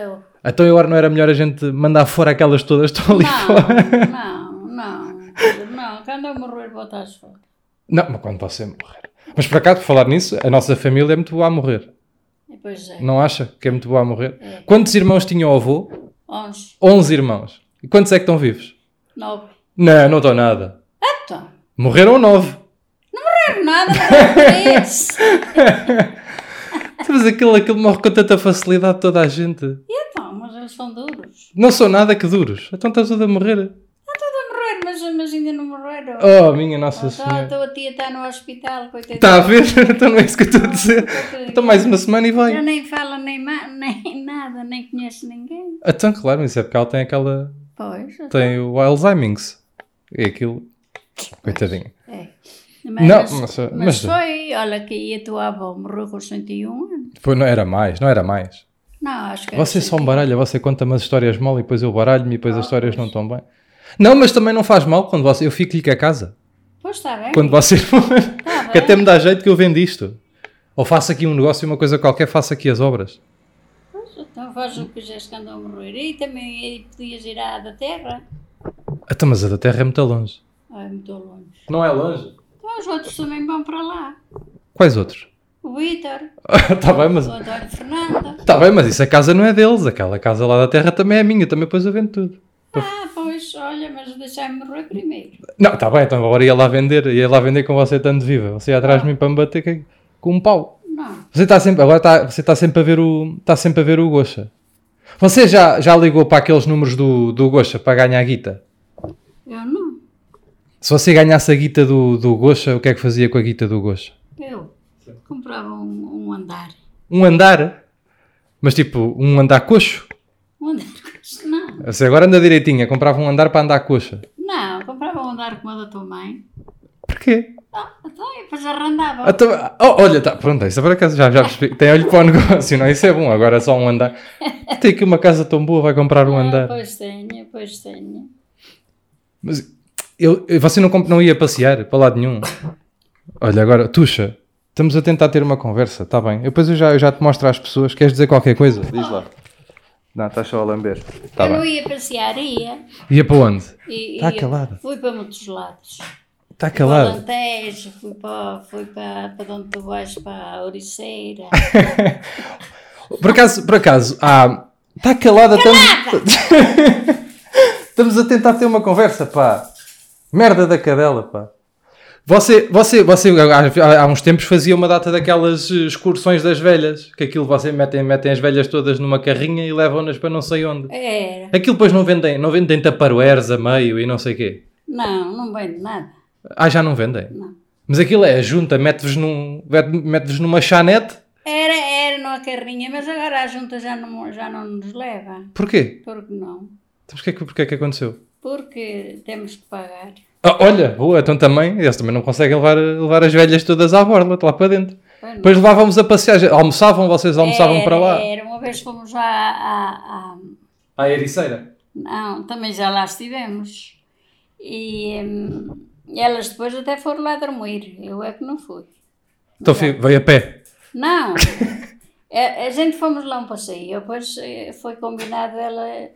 Então agora não era melhor a gente mandar fora aquelas todas que estão ali fora? Não, não, não. Não, quando eu morrer, botas fora. Não, mas quando você morrer. Mas por acaso, por falar nisso, a nossa família é muito boa a morrer. E pois é. Não acha que é muito boa a morrer? É. Quantos irmãos tinha o avô? Onze, onze irmãos. E quantos é que estão vivos? nove. Não, não estão nada. Então, Morreram nove. não é nada, não é por isso. Mas aquilo, aquilo morre com tanta facilidade toda a gente. E então, mas eles são duros. Não são nada que duros. Então está tudo a morrer. Estão a morrer, mas, mas ainda não morreram. Oh, minha Nossa Então, Senhora. a tua tia está no hospital, coitadinha. Está a ver? Então não é isso que eu estou a dizer. Coitadinha. Então mais uma semana e Já vai. nem fala nem, ma- nem nada, nem conhece ninguém. Então claro, mas é porque ela tem aquela... Pois, Tem o Alzheimer's. É aquilo... Coitadinha. é. Mas, Não, mas, mas- mas mas- foi, olha que a tua avó morreu com cento e um anos. Depois não era mais, não era mais. Não, acho que era Você só cento e me um. baralha, você conta umas histórias mal e depois eu baralho-me e depois as histórias não estão bem. Não, mas também não faz mal quando você... Eu fico-lhe com a casa. Pois está bem. Quando você... Tá que bem. até me dá jeito que eu vendo isto. Ou faço aqui um negócio e uma coisa qualquer, faço aqui as obras. Pois, então faz o que quiseres que andam a morrer. E também aí podias ir à da terra. Então, mas a da Terra é muito longe. Ah, é muito longe. Não é longe? Então os outros também vão para lá. Quais outros? O Vítor, Está bem, mas... o António Fernanda. Tá bem, mas isso a casa não é deles. Aquela casa lá da Terra também é minha. Também depois eu vendo tudo. Ah, pois, olha, mas deixai-me morrer primeiro. Não, está bem, então agora ia lá vender. Ia lá vender com você estando viva. Você ia atrás de mim para me bater com- com um pau. Não, Você está sempre... Agora está, você está sempre a ver o... Está sempre a ver o Gosha. Você já, já ligou para aqueles números do, do Gosha para ganhar a guita? eu não. Se você ganhasse a guita do, do Gosha, o que é que fazia com a guita do Gosha? Eu comprava um, um andar. Um andar? Mas tipo, um andar coxo? Um andar, não. Você agora anda direitinho, comprava um andar para andar coxa. Não, comprava um andar como o da tua mãe. Porquê? Ah, então, e depois arrendava. Então, oh, olha, tá, pronto, isso é por acaso já, já percebi. Tem olho para o negócio, não? Isso é bom, agora é só um andar. Tem aqui uma casa tão boa, vai comprar um Ah, andar. pois tenho, pois tenho. Mas eu, eu- você não, comp- não ia passear para lado nenhum? Olha, agora, Tuxa, estamos a tentar ter uma conversa, está bem? Eu Depois eu já, eu já te mostro às pessoas. Queres dizer qualquer coisa? Diz lá. Não, estás só a lamber. Tá eu não bem. ia passear, ia. Ia para onde? E, Tá ia- calada. Fui para muitos lados. Está Para o calado. Alentejo, fui para, fui para, para onde tu vais, para a Oriceira. Por acaso, por acaso, ah, está calada. Estamos... estamos a tentar ter uma conversa, pá. Merda da cadela, pá. Você, você, você há, há uns tempos fazia uma data daquelas eh, excursões das velhas. Que aquilo você metem, metem as velhas todas numa carrinha e levam-nas para não sei onde. Era. Aquilo depois não vendem, não vendem taparoeiros a meio e não sei o quê. Não, não vende nada. Ah, já não vendem? Não. Mas aquilo é, junta, mete-vos num, mete-vos numa chanete. Era, era numa carrinha, mas agora a junta já não, já não nos leva. Porquê? Por que não? Então porquê, que- porquê que aconteceu? Porque temos que pagar. Ah, olha, boa, então também, eles também não conseguem levar, levar as velhas todas à borla, lá para dentro. Pois não. Depois levávamos a passear, já- almoçavam, vocês almoçavam Era, para lá. Era, uma vez fomos à, à, à- À Ericeira. Não, também já lá estivemos. E hum, elas depois até foram lá dormir. Eu é que não fui. Então fi- veio a pé. Não! a, a gente fomos lá um passeio. Depois eh, foi combinado ela ir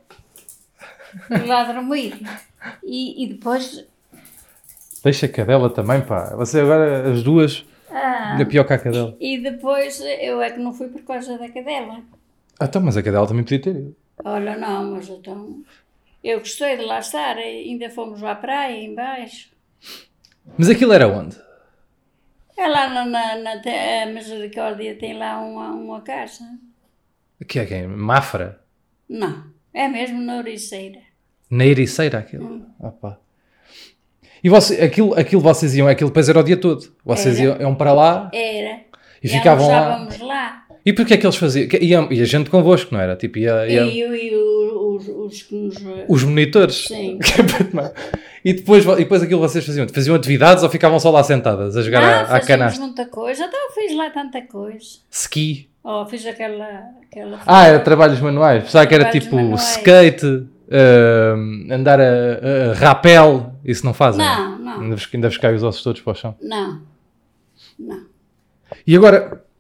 lá dormir. E, e depois. Deixa a cadela também, pá. Você agora, as duas, Ah, ainda pior que a cadela. e depois eu é que não fui por causa da cadela. Ah, então, mas a cadela também podia ter ido. Olha, não, mas então. Eu gostei de lá estar. Ainda fomos à praia, embaixo. Mas aquilo era onde? É lá na, na, na te- a Misericórdia tem lá uma, uma casa. Que é quem? Mafra? Não, é mesmo na Oriceira. Na Ericeira aquilo? Ah, pá. E você, aquilo, aquilo vocês iam, aquilo depois era o dia todo. Vocês Era. iam, iam para lá Era. e ficavam lá. almoçávamos lá. E porquê é que eles faziam? Que- Iam, ia gente convosco, não era? Tipo, ia, ia- E, e o- os, os que nos... os monitores. Sim. E depois, e depois aquilo vocês faziam? Faziam atividades ou ficavam só lá sentadas a jogar Não, à, à fazíamos canastra? muita coisa. Então eu fiz lá tanta coisa. Ski. Oh, fiz aquela... aquela Ah, era trabalhos manuais. Pensava que era Trabalhos tipo manuais. skate, ah, andar a, a rapel. Isso não fazem? Não, não. Ainda vos, ainda vos cai os ossos todos para o chão. Não. Não. E agora,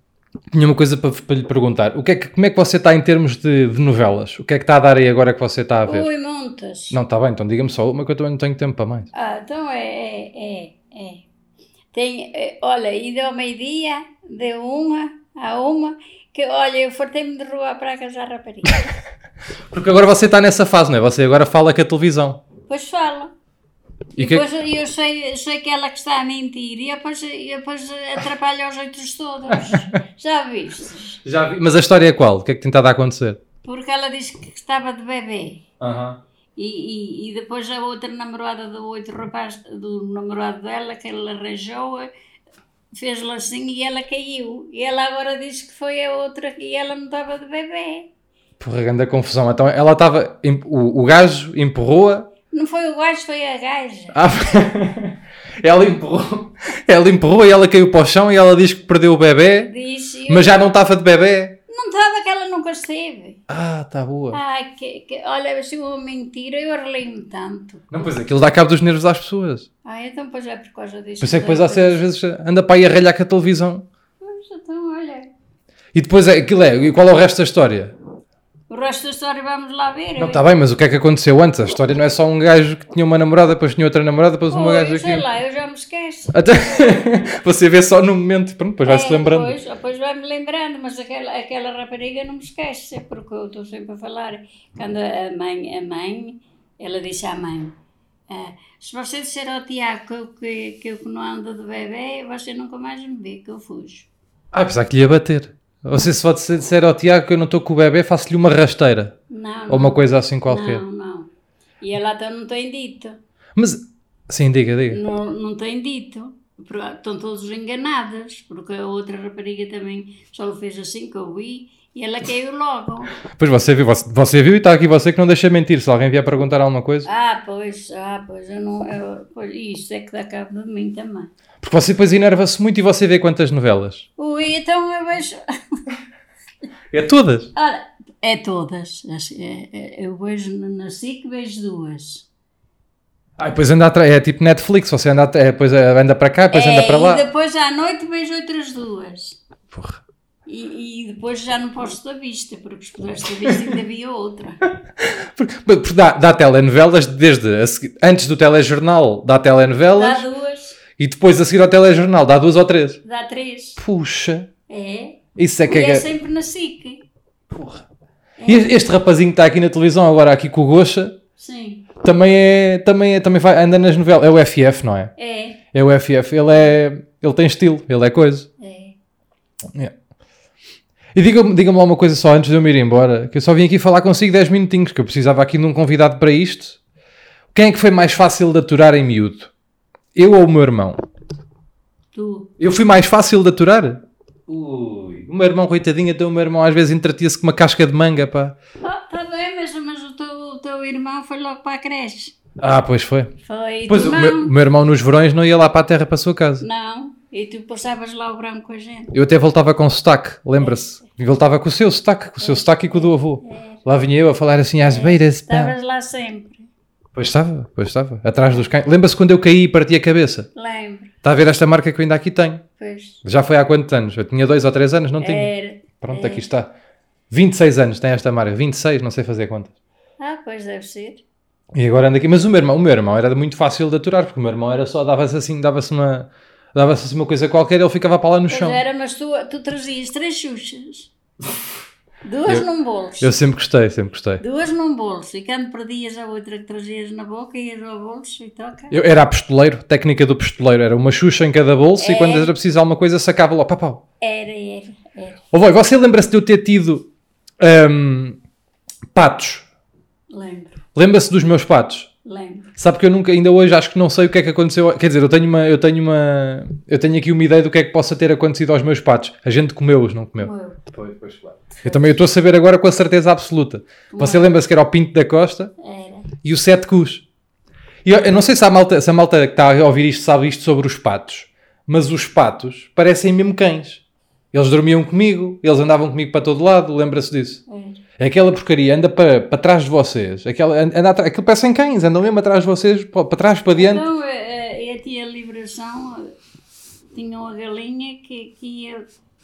tinha uma coisa para, para lhe perguntar. O que é que, como é que você está em termos de, de novelas? O que é que está a dar aí agora que você está a ver? Ui, montas. Não, está bem, então diga-me só uma que eu também não tenho tempo para mais. Ah, então é, é, é, é. Tem, é, olha, e deu meio-dia, deu uma, a uma, que olha, eu fartei-me de roubar para casa a rapariga. Porque agora você está nessa fase, não é? Você agora fala com a televisão. Pois falo. E E que- depois eu sei, sei que ela que está a mentir e depois, e depois atrapalha os outros todos. Já viste? Já vi. Mas a história é qual? O que é que tem estado a acontecer? Porque ela disse que estava de bebê. Aham. E, e, e depois a outra namorada do outro rapaz, do namorado dela, que ele arranjou, fez-lhe assim e ela caiu. E ela agora diz que foi a outra e ela não estava de bebê. Porra, grande confusão. Então ela estava... O, o gajo empurrou-a... Não foi o gajo, foi a gaja. Ah, ela empurrou... Ela empurrou e ela caiu para o chão e ela diz que perdeu o bebê, Disse, mas já não estava de bebê. não estava, que ela nunca esteve. Ah, está boa. Ai, que, que, olha, se uma mentira, eu arrelei-me tanto. Não, pois é, aquilo dá cabo dos nervos às pessoas. Ah, então pois é por causa disso. Por isso é que depois você às vezes anda para aí a ralhar com a televisão. Pois, então, olha. E depois é, aquilo é, e qual é o resto da história? O resto da história vamos lá ver. Não, está bem, mas o que é que aconteceu antes? A história não é só um gajo que tinha uma namorada, depois tinha outra namorada, depois uma Oi, gaja sei aqui. lá, eu já me esqueço. Até você vê só no momento, pronto, depois vai-se É, lembrando. Pois, depois vai-me lembrando, mas aquela, aquela rapariga não me esquece, porque eu estou sempre a falar. Quando a mãe, a mãe, ela disse à mãe, ah, se você disser ao Tiago que eu, que, que eu não ando de bebê, você nunca mais me vê, que eu fujo. Ah, apesar que lhe ia bater. Você se você disser ao Tiago que eu não estou com o bebê, faço-lhe uma rasteira. Não, Ou uma não. coisa assim qualquer. Não, não. E ela até não tem dito. Mas, sim, diga, diga. Não, não tem dito. Porque estão todos enganados, porque a outra rapariga também só lhe fez assim que eu vi e ela caiu logo. Pois você viu, você, você viu e está aqui você que não deixa mentir. Se alguém vier perguntar alguma coisa. Ah, pois, ah, pois, eu não. Eu, pois, isso é que dá cabo de mim também. Porque você depois enerva-se muito e você vê quantas novelas? Ui, então eu vejo. É todas. Ora, é todas. As- é- é- Eu vejo na S I C, vejo duas. Ah, depois anda atrás, é tipo Netflix, você anda, é, depois anda para cá, depois anda É, para lá. E depois à noite vejo outras duas. Porra. E, e depois já não posso da vista, porque se pudesse da vista ainda havia outra. Porque, porque dá, dá telenovelas desde a segui- antes do telejornal dá Dá telenovelas duas, e depois a seguir ao telejornal dá duas ou três. dá três. Puxa, É. isso é que E é. é que- sempre na S I C. E este este rapazinho que está aqui na televisão agora aqui com o Gocha Sim. também é também é também vai, anda nas novelas. É o F F, não é? É. É o F F. Ele é ele tem estilo, ele é coisa. É. É. E diga-me diga lá uma coisa só antes de eu me ir embora, que eu só vim aqui falar consigo dez minutinhos, que eu precisava aqui de um convidado para isto. Quem é que foi mais fácil de aturar em miúdo? Eu ou o meu irmão? Tu. Eu fui mais fácil de aturar? Ui, o meu irmão, coitadinho, até o meu irmão às vezes entretia-se com uma casca de manga, pá. Ah, tá bem, mas, mas o, teu, o teu irmão foi logo para a creche. Ah, pois foi. Foi. E Pois tu o não? meu, o meu irmão nos verões não ia lá para a terra para a sua casa. Não. E tu passavas lá o branco com a gente. Eu até voltava com sotaque, lembra-se? E voltava com o seu sotaque, com o seu sotaque e com o do avô. Lá vinha eu a falar assim às beiras, pá. Estavas lá sempre. Pois estava, pois estava. Atrás dos cães. Lembra-se quando eu caí e parti a cabeça? Lembro. Está a ver esta marca que eu ainda aqui tenho? Pois. Já foi há quantos anos? Eu tinha dois ou três anos, não tinha? Era. Pronto, aqui está. vinte e seis anos tem esta marca. vinte e seis, não sei fazer contas. Ah, pois deve ser. E agora ando aqui. Mas o meu irmão, o meu irmão era muito fácil de aturar, porque o meu irmão era só, dava-se assim, dava-se uma, dava-se assim uma coisa qualquer, ele ficava para lá no Pois chão. era, mas tu, tu trazias três xuxas. Duas Eu- num bolso. Eu sempre gostei, sempre gostei. Duas num bolso. E quando perdias a outra que trazias na boca, ias ao bolso e toca. Eu era apostoleiro, técnica do pistoleiro, era uma xuxa em cada bolso e É. quando era preciso alguma coisa sacava logo, pá, pá. Era, era, era. Ô, Voi, você lembra-se de eu ter tido hum, patos? Lembro, Lembra-se dos meus patos? lembro. Sabe que eu nunca, ainda hoje acho que não sei o que é que aconteceu. Quer dizer, eu tenho uma, eu tenho uma, eu tenho aqui uma ideia do que é que possa ter acontecido aos meus patos. A gente comeu-os, não comeu? Como eu. Pois, pois, claro. Eu também eu estou a saber agora com a certeza absoluta. Você lembra-se que era o Pinto da Costa Era. e o Sete Cus. E eu, eu não sei se a, malta, se a malta que está a ouvir isto sabe isto sobre os patos, mas os patos parecem mesmo cães. Eles dormiam comigo, eles andavam comigo para todo lado, lembra-se disso? Era. É aquela porcaria, anda para, para trás de vocês. Aquela, anda atrás, aquilo parecem cães, andam mesmo atrás de vocês, para, para trás, para diante. Então, a, a, a tia Liberação eh, tinha uma galinha que, que ia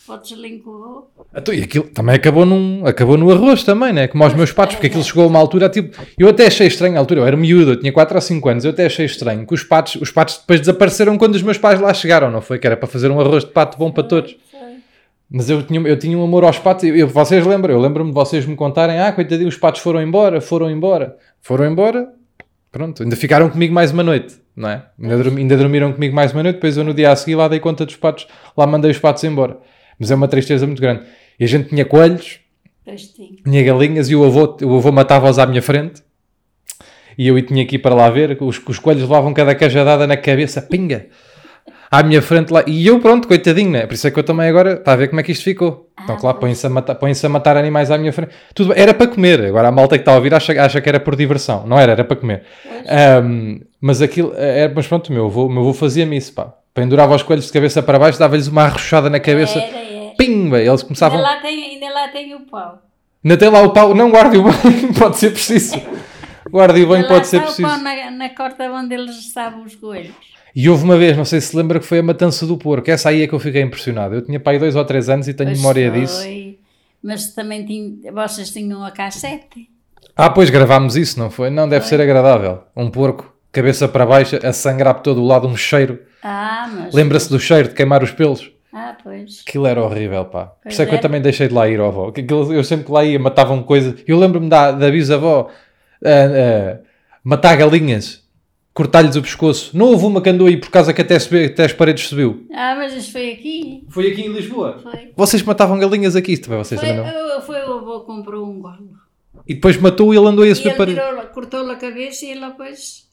Podes limpar. Então, e aquilo também acabou, num, acabou no arroz também, né? Como aos meus patos, porque aquilo chegou a uma altura, tipo, eu até achei estranho, à altura, eu era miúdo, eu tinha quatro ou cinco anos, eu até achei estranho que os patos, os patos depois desapareceram quando os meus pais lá chegaram, não foi? Que era para fazer um arroz de pato bom para todos. Mas eu tinha, eu tinha um amor aos patos, eu, eu, vocês lembram, eu lembro-me de vocês me contarem, ah, coitadinho, os patos foram embora, foram embora, foram embora, pronto, ainda ficaram comigo mais uma noite, não é? Ainda, dormi, ainda dormiram comigo mais uma noite, depois eu no dia a seguir lá dei conta dos patos, lá mandei os patos embora. Mas é uma tristeza muito grande. E a gente tinha coelhos, tinha galinhas e o avô, o avô matava-os à minha frente. E eu tinha que ir para lá ver. Os, os coelhos levavam cada cajadada na cabeça, pinga, à minha frente lá. E eu, pronto, coitadinho, né? Por isso é que eu também agora, está a ver como é que isto ficou. Ah, então, claro, põem-se a, matar, põem-se a matar animais à minha frente. Tudo bem. Era para comer. Agora a malta que está a ouvir acha, acha que era por diversão. Não era, era para comer. Um, mas aquilo, era, mas pronto, o meu avô, meu avô fazia-me isso, pá. Pendurava os coelhos de cabeça para baixo, dava-lhes uma arrochada na cabeça. Era, era. Pimba! Eles começavam... Ainda lá tem, ainda lá tem o pau. Ainda tem lá o pau. Não, guarde-o bem, pode ser preciso. Guarde-o bem, pode ser preciso. Lá está o pau na, na corta onde eles estavam os coelhos. E houve uma vez, não sei se se lembra, que foi a matança do porco. Essa aí é que eu fiquei impressionado. Eu tinha pai dois ou três anos e tenho Pois memória foi. disso. Mas também tinha, vocês tinham a cassete. Ah, pois gravámos isso, não foi? Não, deve foi. ser agradável. Um porco, cabeça para baixo, a sangrar por todo o lado, um cheiro. Ah, mas... Lembra-se do cheiro de queimar os pelos? Ah, pois. Aquilo era horrível, pá. Por Pois isso é que eu é. também deixei de lá ir, ó avó. Que aquilo- Eu sempre que lá ia, matavam coisas. Eu lembro-me da, da bisavó ah, ah, matar galinhas, cortar-lhes o pescoço. Não houve uma que andou aí por causa que até, subiu, até as paredes subiu. Ah, mas isso foi aqui. Foi aqui em Lisboa? Foi. Vocês matavam galinhas aqui, também vocês Foi, também não. eu- foi o avô que comprou um golo. E depois matou e ele andou aí a E subir ele paredes. tirou, cortou-lhe a cabeça e ele depois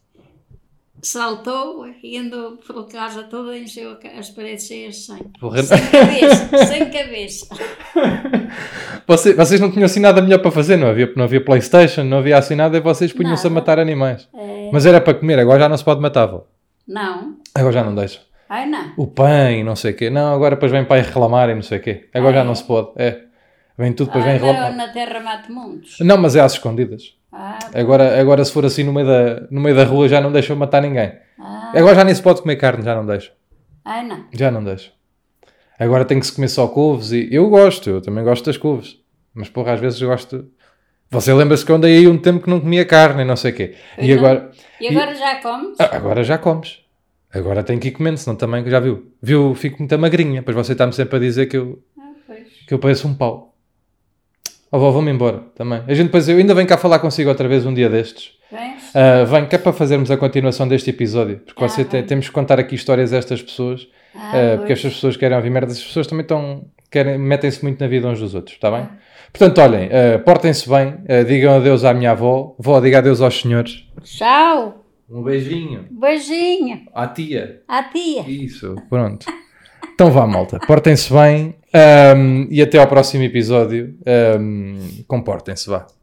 saltou e andou pela casa toda e encheu a ca- as paredes cheias de sangue. Porra. Sem cabeça, sem cabeça. Vocês, vocês não tinham assim nada melhor para fazer, não havia, não havia Playstation, não havia assim nada e vocês punham-se a Nada. matar animais. É, Mas era para comer, agora já não se pode matar, vó. não, Agora já não deixa. ai não. O pão e não sei o quê. Não, agora depois vem para aí reclamar e não sei o quê. Agora Ah, já é? não se pode. É. Vem tudo, depois vem Ah, reclamar. não, na terra mate mundos. Não, mas é às escondidas. Ah, Agora, agora se for assim no meio, da, no meio da rua já não deixam matar ninguém. ah, Agora já nem se pode comer carne, já não deixa. ai não. Já não deixa. Agora tem que se comer só couves e... Eu gosto, eu também gosto das couves. Mas porra, às vezes eu gosto... Você lembra-se que eu andei aí um tempo que não comia carne e não sei o quê. E Pois não. agora... E agora já comes? Ah, agora já comes. Agora tem que ir comendo, senão também, já viu? Viu, fico muito magrinha. Pois você está-me sempre a dizer que eu, Ah, pois. que eu pareço um pau. Ó vó, vou-me embora também. A gente depois, eu ainda venho cá falar consigo outra vez um dia destes. Vens? Uh, vem, que é para fazermos a continuação deste episódio. Porque Ah, você te- bem. temos que contar aqui histórias a estas pessoas. Ah, uh, pois. porque estas pessoas querem ouvir merdas. As pessoas também estão, querem, metem-se muito na vida uns dos outros, está bem? Ah. Portanto, olhem, uh, portem-se bem, uh, digam adeus à minha avó, vó, diga adeus aos senhores. Tchau. Um beijinho Beijinho. à tia. À tia. Isso, pronto. Então vá, malta, portem-se bem um, e até ao próximo episódio. Um, comportem-se, vá.